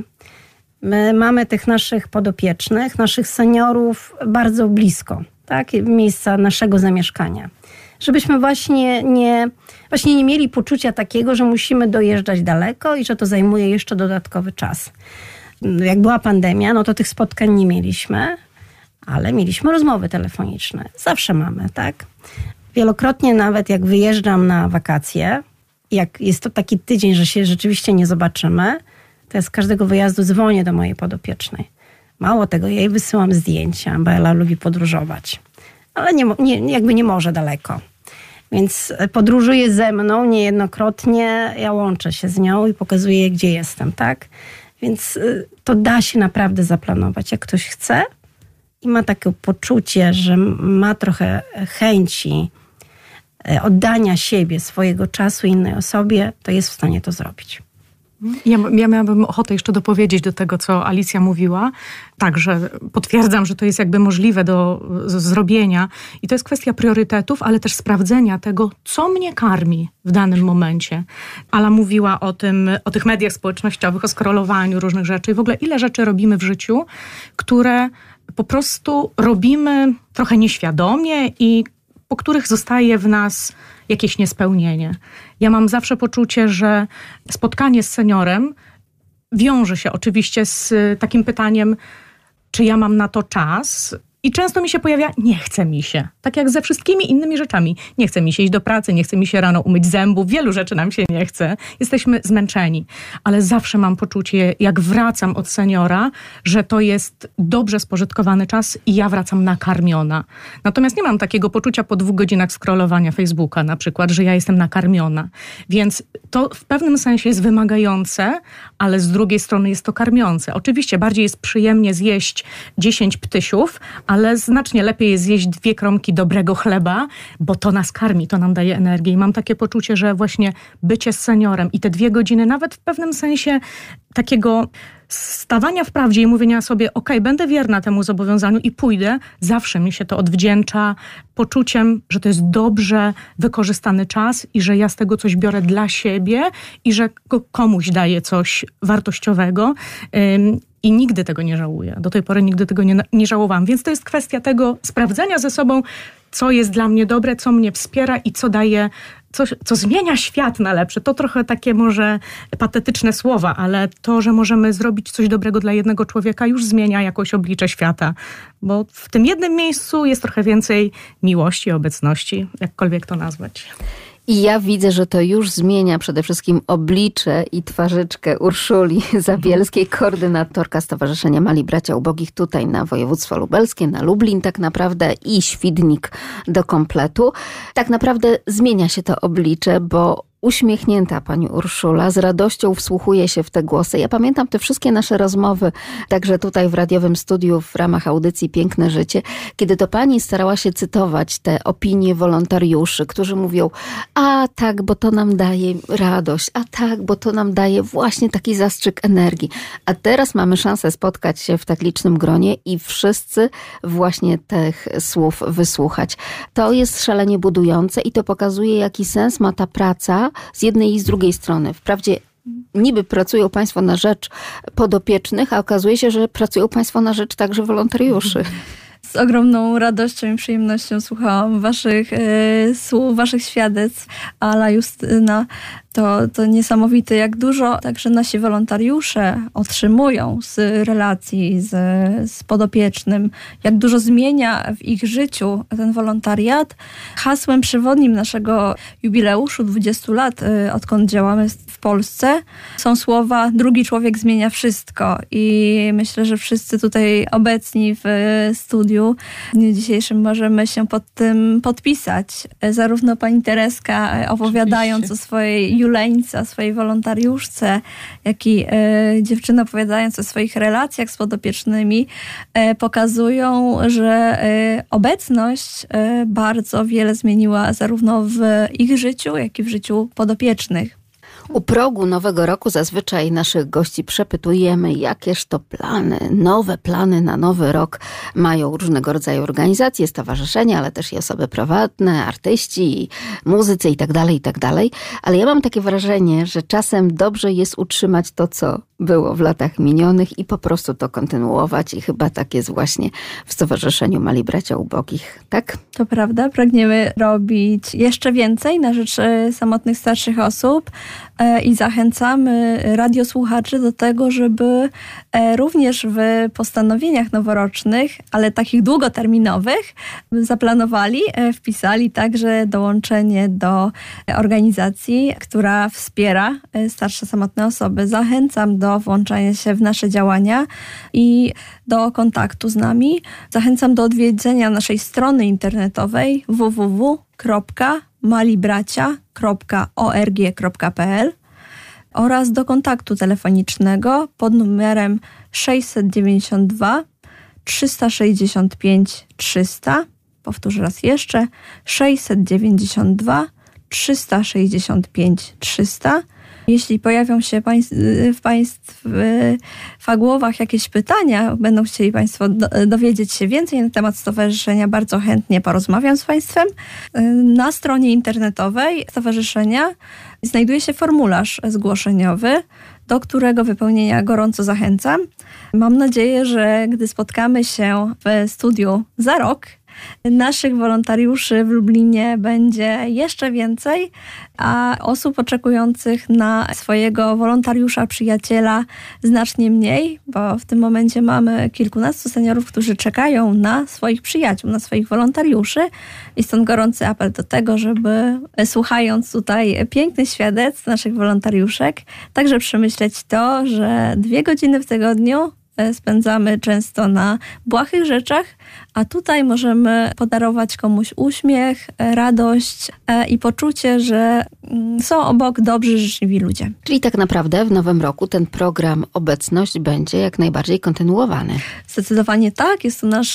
C: My mamy tych naszych podopiecznych, naszych seniorów bardzo blisko, tak? Miejsca naszego zamieszkania. Żebyśmy właśnie nie, właśnie nie mieli poczucia takiego, że musimy dojeżdżać daleko i że to zajmuje jeszcze dodatkowy czas. Jak była pandemia, no to tych spotkań nie mieliśmy, ale mieliśmy rozmowy telefoniczne. Zawsze mamy, tak? Wielokrotnie nawet jak wyjeżdżam na wakacje, jak jest to taki tydzień, że się rzeczywiście nie zobaczymy, to ja z każdego wyjazdu dzwonię do mojej podopiecznej. Mało tego, ja jej wysyłam zdjęcia, bo Ela lubi podróżować. Ale nie, nie, jakby nie może daleko. Więc podróżuje ze mną niejednokrotnie, ja łączę się z nią i pokazuję jej, gdzie jestem, tak? Więc to da się naprawdę zaplanować. Jak ktoś chce i ma takie poczucie, że ma trochę chęci oddania siebie, swojego czasu innej osobie, to jest w stanie to zrobić.
D: Ja, ja miałabym ochotę jeszcze dopowiedzieć do tego, co Alicja mówiła. Także potwierdzam, że to jest jakby możliwe do z, zrobienia. I to jest kwestia priorytetów, ale też sprawdzenia tego, co mnie karmi w danym momencie. Ala mówiła o tym, o tych mediach społecznościowych, o scrollowaniu różnych rzeczy. I w ogóle ile rzeczy robimy w życiu, które po prostu robimy trochę nieświadomie i po których zostaje w nas jakieś niespełnienie. Ja mam zawsze poczucie, że spotkanie z seniorem wiąże się oczywiście z takim pytaniem, czy ja mam na to czas? I często mi się pojawia, nie chce mi się. Tak jak ze wszystkimi innymi rzeczami. Nie chce mi się iść do pracy, nie chce mi się rano umyć zębów, wielu rzeczy nam się nie chce. Jesteśmy zmęczeni. Ale zawsze mam poczucie, jak wracam od seniora, że to jest dobrze spożytkowany czas i ja wracam nakarmiona. Natomiast nie mam takiego poczucia po dwóch godzinach scrollowania Facebooka na przykład, że ja jestem nakarmiona. Więc to w pewnym sensie jest wymagające, ale z drugiej strony jest to karmiące. Oczywiście bardziej jest przyjemnie zjeść dziesięć ptysiów, ale znacznie lepiej jest zjeść dwie kromki dobrego chleba, bo to nas karmi, to nam daje energię. I mam takie poczucie, że właśnie bycie z seniorem i te dwie godziny, nawet w pewnym sensie takiego stawania w prawdzie i mówienia sobie, okej, okay, będę wierna temu zobowiązaniu i pójdę, zawsze mi się to odwdzięcza poczuciem, że to jest dobrze wykorzystany czas i że ja z tego coś biorę dla siebie i że komuś daję coś wartościowego. I nigdy tego nie żałuję. Do tej pory nigdy tego nie, nie żałowałam. Więc to jest kwestia tego sprawdzenia ze sobą, co jest dla mnie dobre, co mnie wspiera i co daje, co, co zmienia świat na lepsze. To trochę takie może patetyczne słowa, ale to, że możemy zrobić coś dobrego dla jednego człowieka, już zmienia jakoś oblicze świata. Bo w tym jednym miejscu jest trochę więcej miłości, obecności, jakkolwiek to nazwać.
A: I ja widzę, że to już zmienia przede wszystkim oblicze i twarzyczkę Urszuli Zabielskiej, koordynatorka Stowarzyszenia Mali Bracia Ubogich tutaj na województwo lubelskie, na Lublin tak naprawdę i Świdnik do kompletu. Tak naprawdę zmienia się to oblicze, bo uśmiechnięta pani Urszula z radością wsłuchuje się w te głosy. Ja pamiętam te wszystkie nasze rozmowy, także tutaj w radiowym studiu w ramach audycji Piękne Życie, kiedy to pani starała się cytować te opinie wolontariuszy, którzy mówią, a tak, bo to nam daje radość, a tak, bo to nam daje właśnie taki zastrzyk energii. A teraz mamy szansę spotkać się w tak licznym gronie i wszyscy właśnie tych słów wysłuchać. To jest szalenie budujące i to pokazuje, jaki sens ma ta praca z jednej i z drugiej strony. Wprawdzie niby pracują państwo na rzecz podopiecznych, a okazuje się, że pracują państwo na rzecz także wolontariuszy.
E: Z ogromną radością i przyjemnością słuchałam waszych e, słów, waszych świadectw. Ala Justyna, to, to niesamowite, jak dużo także nasi wolontariusze otrzymują z relacji z, z podopiecznym, jak dużo zmienia w ich życiu ten wolontariat. Hasłem przewodnim naszego jubileuszu dwudziestu lat, e, odkąd działamy w Polsce, są słowa: drugi człowiek zmienia wszystko. I myślę, że wszyscy tutaj obecni w studiu w dniu dzisiejszym możemy się pod tym podpisać. Zarówno pani Tereska, opowiadając Oczywiście. o swojej juleńce, o swojej wolontariuszce, jak i e, dziewczyna opowiadając o swoich relacjach z podopiecznymi, e, pokazują, że e, obecność e, bardzo wiele zmieniła zarówno w ich życiu, jak i w życiu podopiecznych.
A: U progu nowego roku zazwyczaj naszych gości przepytujemy, jakież to plany, nowe plany na nowy rok mają różnego rodzaju organizacje, stowarzyszenia, ale też i osoby prywatne, artyści, muzycy itd., itd. Ale ja mam takie wrażenie, że czasem dobrze jest utrzymać to, co było w latach minionych i po prostu to kontynuować i chyba tak jest właśnie w Stowarzyszeniu Mali Bracia Ubogich, tak?
E: To prawda, pragniemy robić jeszcze więcej na rzecz samotnych starszych osób i zachęcamy radiosłuchaczy do tego, żeby również w postanowieniach noworocznych, ale takich długoterminowych, zaplanowali, wpisali także dołączenie do organizacji, która wspiera starsze samotne osoby. Zachęcam do włączania się w nasze działania i do kontaktu z nami. Zachęcam do odwiedzenia naszej strony internetowej w w w kropka malibracia kropka org kropka p l oraz do kontaktu telefonicznego pod numerem sześćset dziewięćdziesiąt dwa trzysta sześćdziesiąt pięć trzysta. Powtórzę raz jeszcze. sześćset dziewięćdziesiąt dwa trzysta sześćdziesiąt pięć trzysta. Jeśli pojawią się w Państwa głowach jakieś pytania, będą chcieli Państwo dowiedzieć się więcej na temat stowarzyszenia, bardzo chętnie porozmawiam z Państwem. Na stronie internetowej stowarzyszenia znajduje się formularz zgłoszeniowy, do którego wypełnienia gorąco zachęcam. Mam nadzieję, że gdy spotkamy się w studiu za rok, naszych wolontariuszy w Lublinie będzie jeszcze więcej, a osób oczekujących na swojego wolontariusza, przyjaciela znacznie mniej, bo w tym momencie mamy kilkunastu seniorów, którzy czekają na swoich przyjaciół, na swoich wolontariuszy i stąd gorący apel do tego, żeby słuchając tutaj pięknych świadectw naszych wolontariuszek, także przemyśleć to, że dwie godziny w tygodniu spędzamy często na błahych rzeczach, a tutaj możemy podarować komuś uśmiech, radość i poczucie, że są obok dobrzy, życzliwi ludzie.
A: Czyli tak naprawdę w nowym roku ten program Obecność będzie jak najbardziej kontynuowany.
E: Zdecydowanie tak. Jest to nasz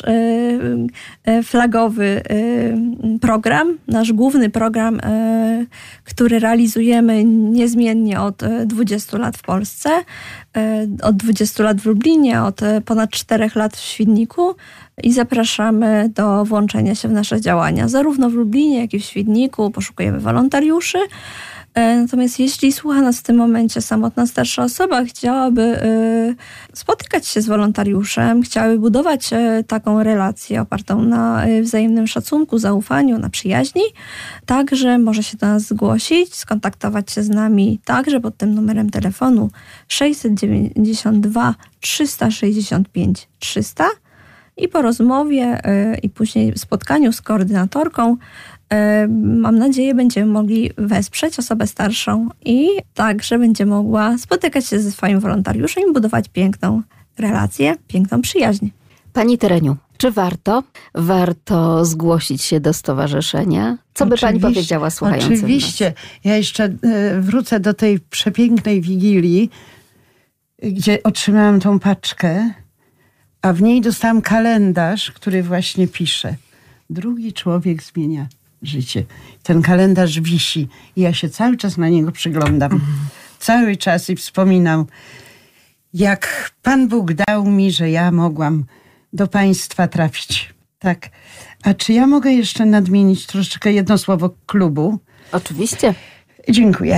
E: flagowy program, nasz główny program, który realizujemy niezmiennie od dwudziestu lat w Polsce, od dwudziestu lat w Lublinie, od ponad czterech lat w Świdniku i zapraszamy do włączenia się w nasze działania. Zarówno w Lublinie, jak i w Świdniku poszukujemy wolontariuszy. Natomiast jeśli słucha nas w tym momencie samotna starsza osoba, chciałaby spotykać się z wolontariuszem, chciałaby budować taką relację opartą na wzajemnym szacunku, zaufaniu, na przyjaźni, także może się do nas zgłosić, skontaktować się z nami także pod tym numerem telefonu sześćset dziewięćdziesiąt dwa trzysta sześćdziesiąt pięć trzysta. I po rozmowie i później spotkaniu z koordynatorką mam nadzieję, będziemy mogli wesprzeć osobę starszą i także będzie mogła spotykać się ze swoim wolontariuszem i budować piękną relację, piękną przyjaźń.
A: Pani Tereniu, czy warto? Warto zgłosić się do stowarzyszenia? Co by
B: Oczywiście,
A: pani powiedziała słuchającym nas?
B: Oczywiście. Ja jeszcze wrócę do tej przepięknej Wigilii, gdzie otrzymałam tą paczkę, a w niej dostałam kalendarz, który właśnie pisze. Drugi człowiek zmienia życie. Ten kalendarz wisi i ja się cały czas na niego przyglądam. Mm. Cały czas i wspominam, jak Pan Bóg dał mi, że ja mogłam do państwa trafić. Tak. A czy ja mogę jeszcze nadmienić troszeczkę jedno słowo klubu?
A: Oczywiście.
B: Dziękuję.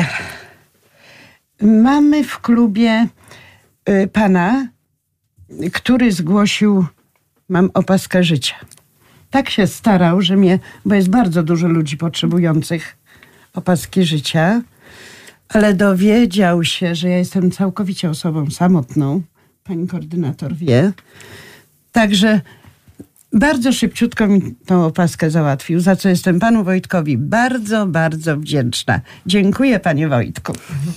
B: Mamy w klubie y, pana, który zgłosił, mam opaskę życia. Tak się starał, że mnie, bo jest bardzo dużo ludzi potrzebujących opaski życia, ale dowiedział się, że ja jestem całkowicie osobą samotną. Pani koordynator wie. Także bardzo szybciutko mi tą opaskę załatwił, za co jestem panu Wojtkowi bardzo, bardzo wdzięczna. Dziękuję, panie Wojtku.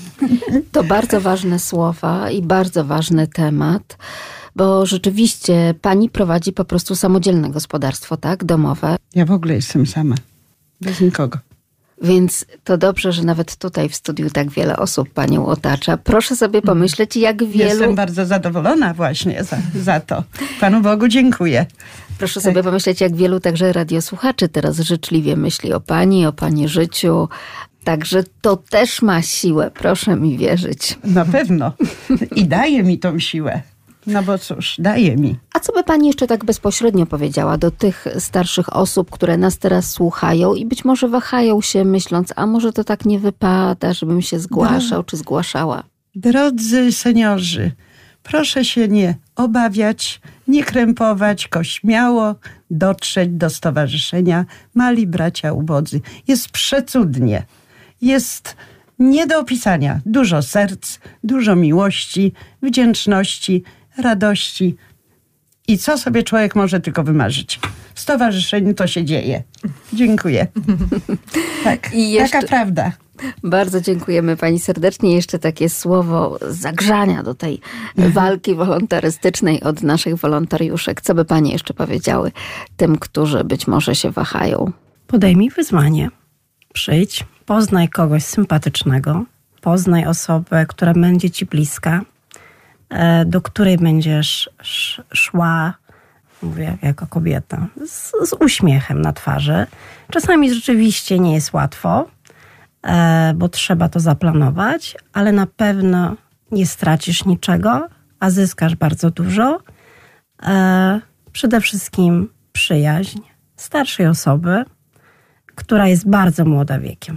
A: To bardzo ważne słowa i bardzo ważny temat, bo rzeczywiście pani prowadzi po prostu samodzielne gospodarstwo, tak? Domowe.
B: Ja w ogóle jestem sama. Bez nikogo.
A: Więc to dobrze, że nawet tutaj w studiu tak wiele osób panią otacza. Proszę sobie pomyśleć, jak wielu...
B: Jestem bardzo zadowolona właśnie za, za to. Panu Bogu dziękuję.
A: Proszę
B: tak.
A: sobie pomyśleć, jak wielu także radiosłuchaczy teraz życzliwie myśli o pani, o pani życiu. Także to też ma siłę, proszę mi wierzyć.
B: Na pewno. I daje mi tą siłę. No bo cóż, daje mi.
A: A co by pani jeszcze tak bezpośrednio powiedziała do tych starszych osób, które nas teraz słuchają i być może wahają się, myśląc, a może to tak nie wypada, żebym się zgłaszał czy zgłaszała?
B: Drodzy seniorzy, proszę się nie obawiać, nie krępować, tylko śmiało dotrzeć do Stowarzyszenia Mali Bracia Ubodzy. Jest przecudnie. Jest nie do opisania. Dużo serc, dużo miłości, wdzięczności, radości i co sobie człowiek może tylko wymarzyć. W stowarzyszeniu to się dzieje. Dziękuję. Tak,
A: I jeszcze,
B: taka prawda.
A: Bardzo dziękujemy pani serdecznie. Jeszcze takie słowo zagrzania do tej mhm. walki wolontarystycznej od naszych wolontariuszek. Co by panie jeszcze powiedziały tym, którzy być może się wahają?
C: Podejmij wyzwanie. Przyjdź, poznaj kogoś sympatycznego, poznaj osobę, która będzie ci bliska, do której będziesz szła, mówię jako kobieta, z, z uśmiechem na twarzy. Czasami rzeczywiście nie jest łatwo, bo trzeba to zaplanować, ale na pewno nie stracisz niczego, a zyskasz bardzo dużo. Przede wszystkim przyjaźń starszej osoby, która jest bardzo młoda wiekiem.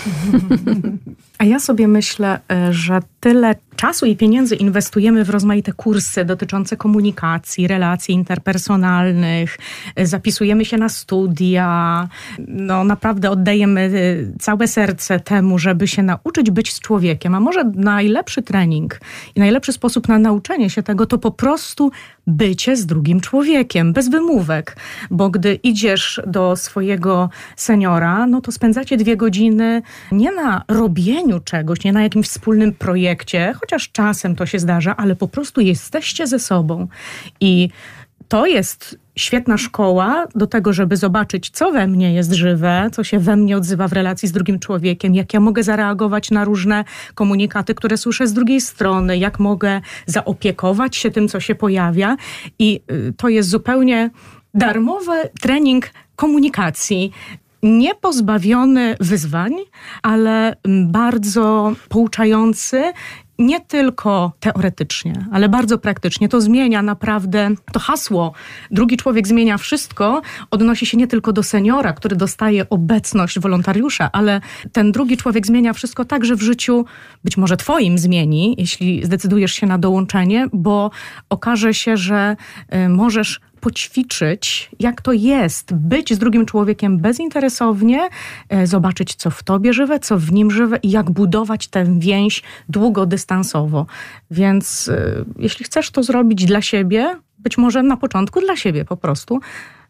D: A ja sobie myślę, że tyle czasu i pieniędzy inwestujemy w rozmaite kursy dotyczące komunikacji, relacji interpersonalnych, zapisujemy się na studia, no naprawdę oddajemy całe serce temu, żeby się nauczyć być z człowiekiem. A może najlepszy trening i najlepszy sposób na nauczenie się tego to po prostu bycie z drugim człowiekiem, bez wymówek. Bo gdy idziesz do swojego seniora, no to spędzacie dwie godziny nie na robieniu czegoś, nie na jakimś wspólnym projekcie, chociaż czasem to się zdarza, ale po prostu jesteście ze sobą. I to jest świetna szkoła do tego, żeby zobaczyć, co we mnie jest żywe, co się we mnie odzywa w relacji z drugim człowiekiem, jak ja mogę zareagować na różne komunikaty, które słyszę z drugiej strony, jak mogę zaopiekować się tym, co się pojawia. I to jest zupełnie darmowy trening komunikacji, nie pozbawiony wyzwań, ale bardzo pouczający, nie tylko teoretycznie, ale bardzo praktycznie. To zmienia naprawdę, to hasło drugi człowiek zmienia wszystko, odnosi się nie tylko do seniora, który dostaje obecność wolontariusza, ale ten drugi człowiek zmienia wszystko także w życiu, być może twoim zmieni, jeśli zdecydujesz się na dołączenie, bo okaże się, że y, możesz poćwiczyć, jak to jest być z drugim człowiekiem bezinteresownie, zobaczyć, co w tobie żywe, co w nim żywe i jak budować tę więź długodystansowo. Więc jeśli chcesz to zrobić dla siebie, być może na początku dla siebie po prostu,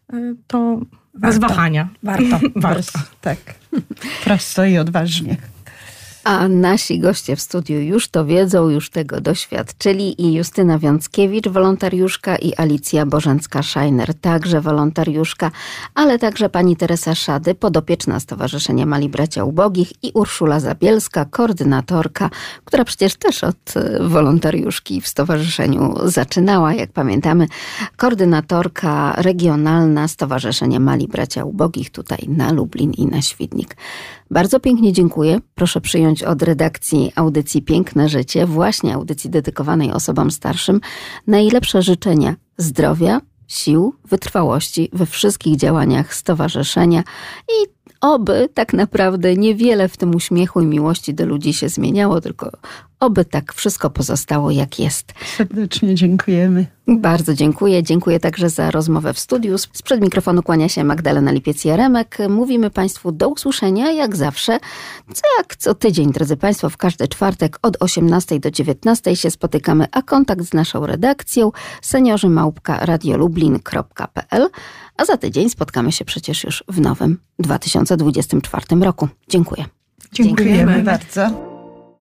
D: to bez wahania.
C: Warto.
D: Warto.
B: Tak, prosto i odważnie.
A: A nasi goście w studiu już to wiedzą, już tego doświadczyli i Justyna Wiąckiewicz, wolontariuszka, i Alicja Bożencka-Szajner, także wolontariuszka, ale także pani Teresa Szady, podopieczna Stowarzyszenia Mali Bracia Ubogich, i Urszula Zabielska, koordynatorka, która przecież też od wolontariuszki w stowarzyszeniu zaczynała, jak pamiętamy, koordynatorka regionalna Stowarzyszenia Mali Bracia Ubogich tutaj na Lublin i na Świdnik. Bardzo pięknie dziękuję. Proszę przyjąć od redakcji audycji Piękne Życie, właśnie audycji dedykowanej osobom starszym, najlepsze życzenia zdrowia, sił, wytrwałości we wszystkich działaniach stowarzyszenia i oby tak naprawdę niewiele w tym uśmiechu i miłości do ludzi się zmieniało, tylko oby tak wszystko pozostało jak jest.
B: Serdecznie dziękujemy.
A: Bardzo dziękuję. Dziękuję także za rozmowę w studiu. Sprzed mikrofonu kłania się Magdalena Lipiec-Jaremek. Mówimy Państwu do usłyszenia, jak zawsze. Co jak co tydzień, drodzy Państwo, w każdy czwartek od osiemnastej do dziewiętnastej się spotykamy, a kontakt z naszą redakcją seniorzy małpka radiolublin kropka p l. A za tydzień spotkamy się przecież już w nowym dwa tysiące dwudziestym czwartym roku. Dziękuję.
B: Dziękujemy bardzo.